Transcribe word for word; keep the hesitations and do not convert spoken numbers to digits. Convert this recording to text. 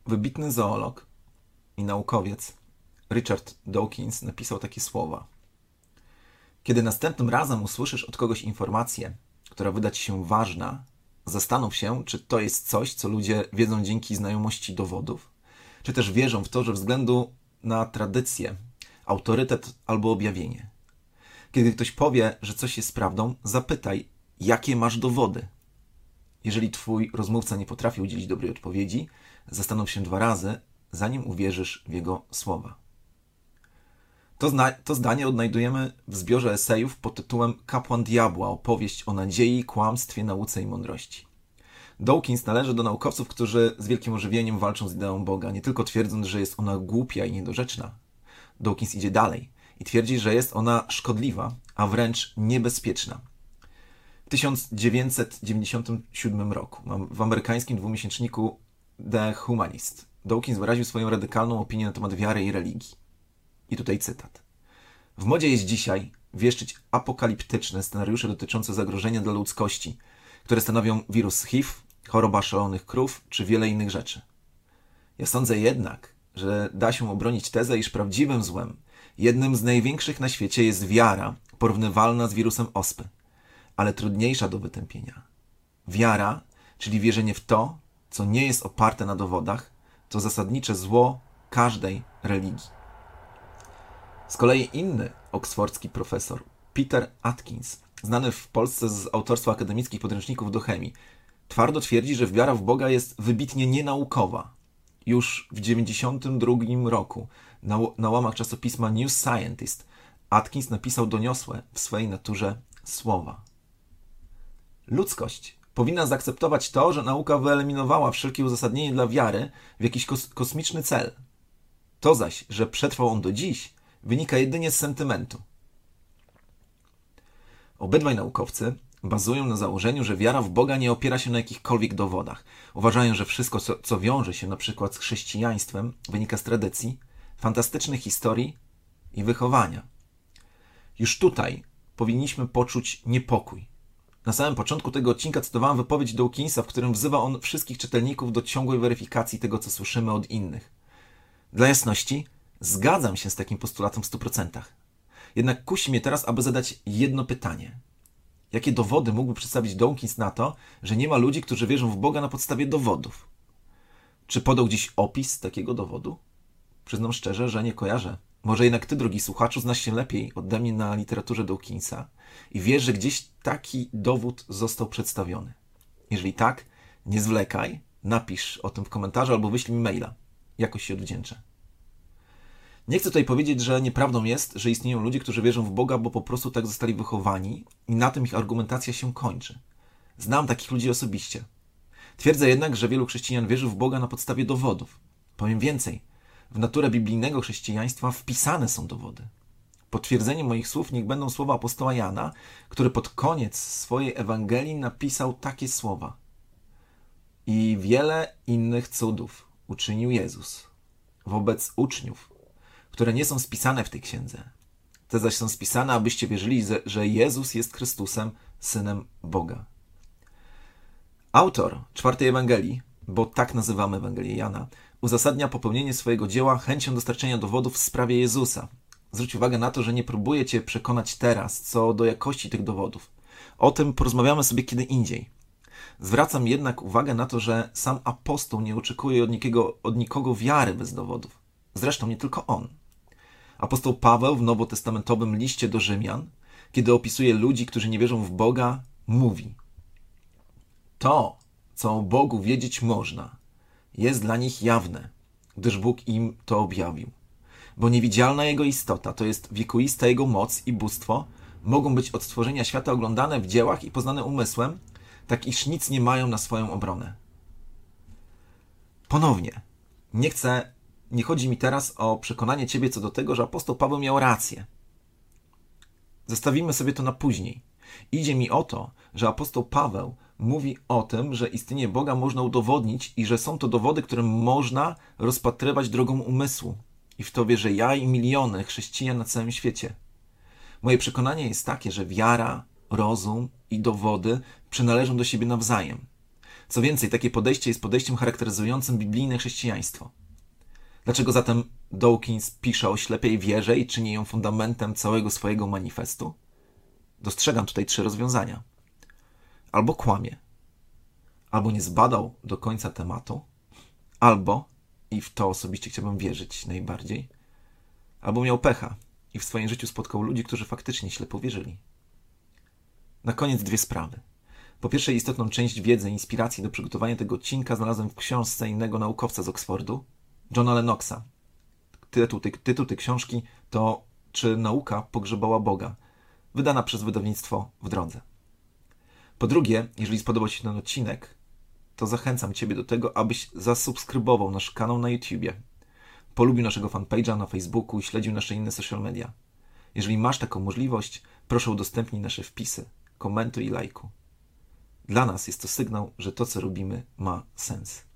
Wybitny zoolog i naukowiec Richard Dawkins napisał takie słowa. Kiedy następnym razem usłyszysz od kogoś informację, która wyda ci się ważna, zastanów się, czy to jest coś, co ludzie wiedzą dzięki znajomości dowodów, czy też wierzą w to, że względu na tradycję, autorytet albo objawienie. Kiedy ktoś powie, że coś jest prawdą, zapytaj, jakie masz dowody. Jeżeli twój rozmówca nie potrafi udzielić dobrej odpowiedzi, zastanów się dwa razy, zanim uwierzysz w jego słowa. To, zna- to zdanie odnajdujemy w zbiorze esejów pod tytułem Kapłan Diabła, opowieść o nadziei, kłamstwie, nauce i mądrości. Dawkins należy do naukowców, którzy z wielkim ożywieniem walczą z ideą Boga, nie tylko twierdząc, że jest ona głupia i niedorzeczna. Dawkins idzie dalej i twierdzi, że jest ona szkodliwa, a wręcz niebezpieczna. W tysiąc dziewięćset dziewięćdziesiątym siódmym roku w amerykańskim dwumiesięczniku The Humanist Dawkins wyraził swoją radykalną opinię na temat wiary i religii. I tutaj cytat. W modzie jest dzisiaj wieszczyć apokaliptyczne scenariusze dotyczące zagrożenia dla ludzkości, które stanowią wirus H I V, choroba szalonych krów czy wiele innych rzeczy. Ja sądzę jednak, że da się obronić tezę, iż prawdziwym złem, jednym z największych na świecie jest wiara, porównywalna z wirusem ospy, ale trudniejsza do wytępienia. Wiara, czyli wierzenie w to, co nie jest oparte na dowodach, to zasadnicze zło każdej religii. Z kolei inny oksfordzki profesor, Peter Atkins, znany w Polsce z autorstwa akademickich podręczników do chemii, twardo twierdzi, że wiara w Boga jest wybitnie nienaukowa. Już w dziewięćdziesiątym drugim roku na, na łamach czasopisma New Scientist Atkins napisał doniosłe w swej naturze słowa. Ludzkość powinna zaakceptować to, że nauka wyeliminowała wszelkie uzasadnienie dla wiary w jakiś kos- kosmiczny cel. To zaś, że przetrwał on do dziś, wynika jedynie z sentymentu. Obydwaj naukowcy bazują na założeniu, że wiara w Boga nie opiera się na jakichkolwiek dowodach. Uważają, że wszystko, co, co wiąże się na przykład z chrześcijaństwem, wynika z tradycji, fantastycznych historii i wychowania. Już tutaj powinniśmy poczuć niepokój. Na samym początku tego odcinka cytowałem wypowiedź Dawkinsa, w którym wzywa on wszystkich czytelników do ciągłej weryfikacji tego, co słyszymy od innych. Dla jasności, zgadzam się z takim postulatem w stu procentach. Jednak kusi mnie teraz, aby zadać jedno pytanie. Jakie dowody mógłby przedstawić Dawkins na to, że nie ma ludzi, którzy wierzą w Boga na podstawie dowodów? Czy podał gdzieś opis takiego dowodu? Przyznam szczerze, że nie kojarzę. Może jednak ty, drogi słuchaczu, znasz się lepiej ode mnie na literaturze Dawkinsa i wiesz, że gdzieś taki dowód został przedstawiony. Jeżeli tak, nie zwlekaj, napisz o tym w komentarzu albo wyślij mi maila. Jakoś się odwdzięczę. Nie chcę tutaj powiedzieć, że nieprawdą jest, że istnieją ludzie, którzy wierzą w Boga, bo po prostu tak zostali wychowani i na tym ich argumentacja się kończy. Znam takich ludzi osobiście. Twierdzę jednak, że wielu chrześcijan wierzy w Boga na podstawie dowodów. Powiem więcej. W naturę biblijnego chrześcijaństwa wpisane są dowody. Potwierdzeniem moich słów niech będą słowa apostoła Jana, który pod koniec swojej Ewangelii napisał takie słowa. I wiele innych cudów uczynił Jezus wobec uczniów, które nie są spisane w tej księdze. Te zaś są spisane, abyście wierzyli, że Jezus jest Chrystusem, Synem Boga. Autor czwartej Ewangelii, bo tak nazywamy Ewangelię Jana, uzasadnia popełnienie swojego dzieła chęcią dostarczenia dowodów w sprawie Jezusa. Zwróć uwagę na to, że nie próbuję cię przekonać teraz co do jakości tych dowodów. O tym porozmawiamy sobie kiedy indziej. Zwracam jednak uwagę na to, że sam apostoł nie oczekuje od nikogo, od nikogo wiary bez dowodów. Zresztą nie tylko on. Apostoł Paweł w nowotestamentowym liście do Rzymian, kiedy opisuje ludzi, którzy nie wierzą w Boga, mówi: to, co o Bogu wiedzieć można, jest dla nich jawne, gdyż Bóg im to objawił. Bo niewidzialna Jego istota, to jest wiekuista Jego moc i bóstwo, mogą być od stworzenia świata oglądane w dziełach i poznane umysłem, tak iż nic nie mają na swoją obronę. Ponownie, nie chcę, nie chodzi mi teraz o przekonanie ciebie co do tego, że apostoł Paweł miał rację. Zostawimy sobie to na później. Idzie mi o to, że apostoł Paweł mówi o tym, że istnienie Boga można udowodnić i że są to dowody, które można rozpatrywać drogą umysłu. I w to wierzę ja i miliony chrześcijan na całym świecie. Moje przekonanie jest takie, że wiara, rozum i dowody przynależą do siebie nawzajem. Co więcej, takie podejście jest podejściem charakteryzującym biblijne chrześcijaństwo. Dlaczego zatem Dawkins pisze o ślepej wierze i czyni ją fundamentem całego swojego manifestu? Dostrzegam tutaj trzy rozwiązania. Albo kłamie, albo nie zbadał do końca tematu, albo, i w to osobiście chciałbym wierzyć najbardziej, albo miał pecha i w swoim życiu spotkał ludzi, którzy faktycznie ślepo wierzyli. Na koniec dwie sprawy. Po pierwsze, istotną część wiedzy i inspiracji do przygotowania tego odcinka znalazłem w książce innego naukowca z Oksfordu, Johna Lennoxa. Tytuł tej, tytuł tej książki to Czy nauka pogrzebała Boga? Wydana przez wydawnictwo W Drodze. Po drugie, jeżeli spodobał Ci się ten odcinek, to zachęcam Ciebie do tego, abyś zasubskrybował nasz kanał na YouTubie, polubił naszego fanpage'a na Facebooku i śledził nasze inne social media. Jeżeli masz taką możliwość, proszę udostępnij nasze wpisy, komentuj i lajkuj. Dla nas jest to sygnał, że to, co robimy, ma sens.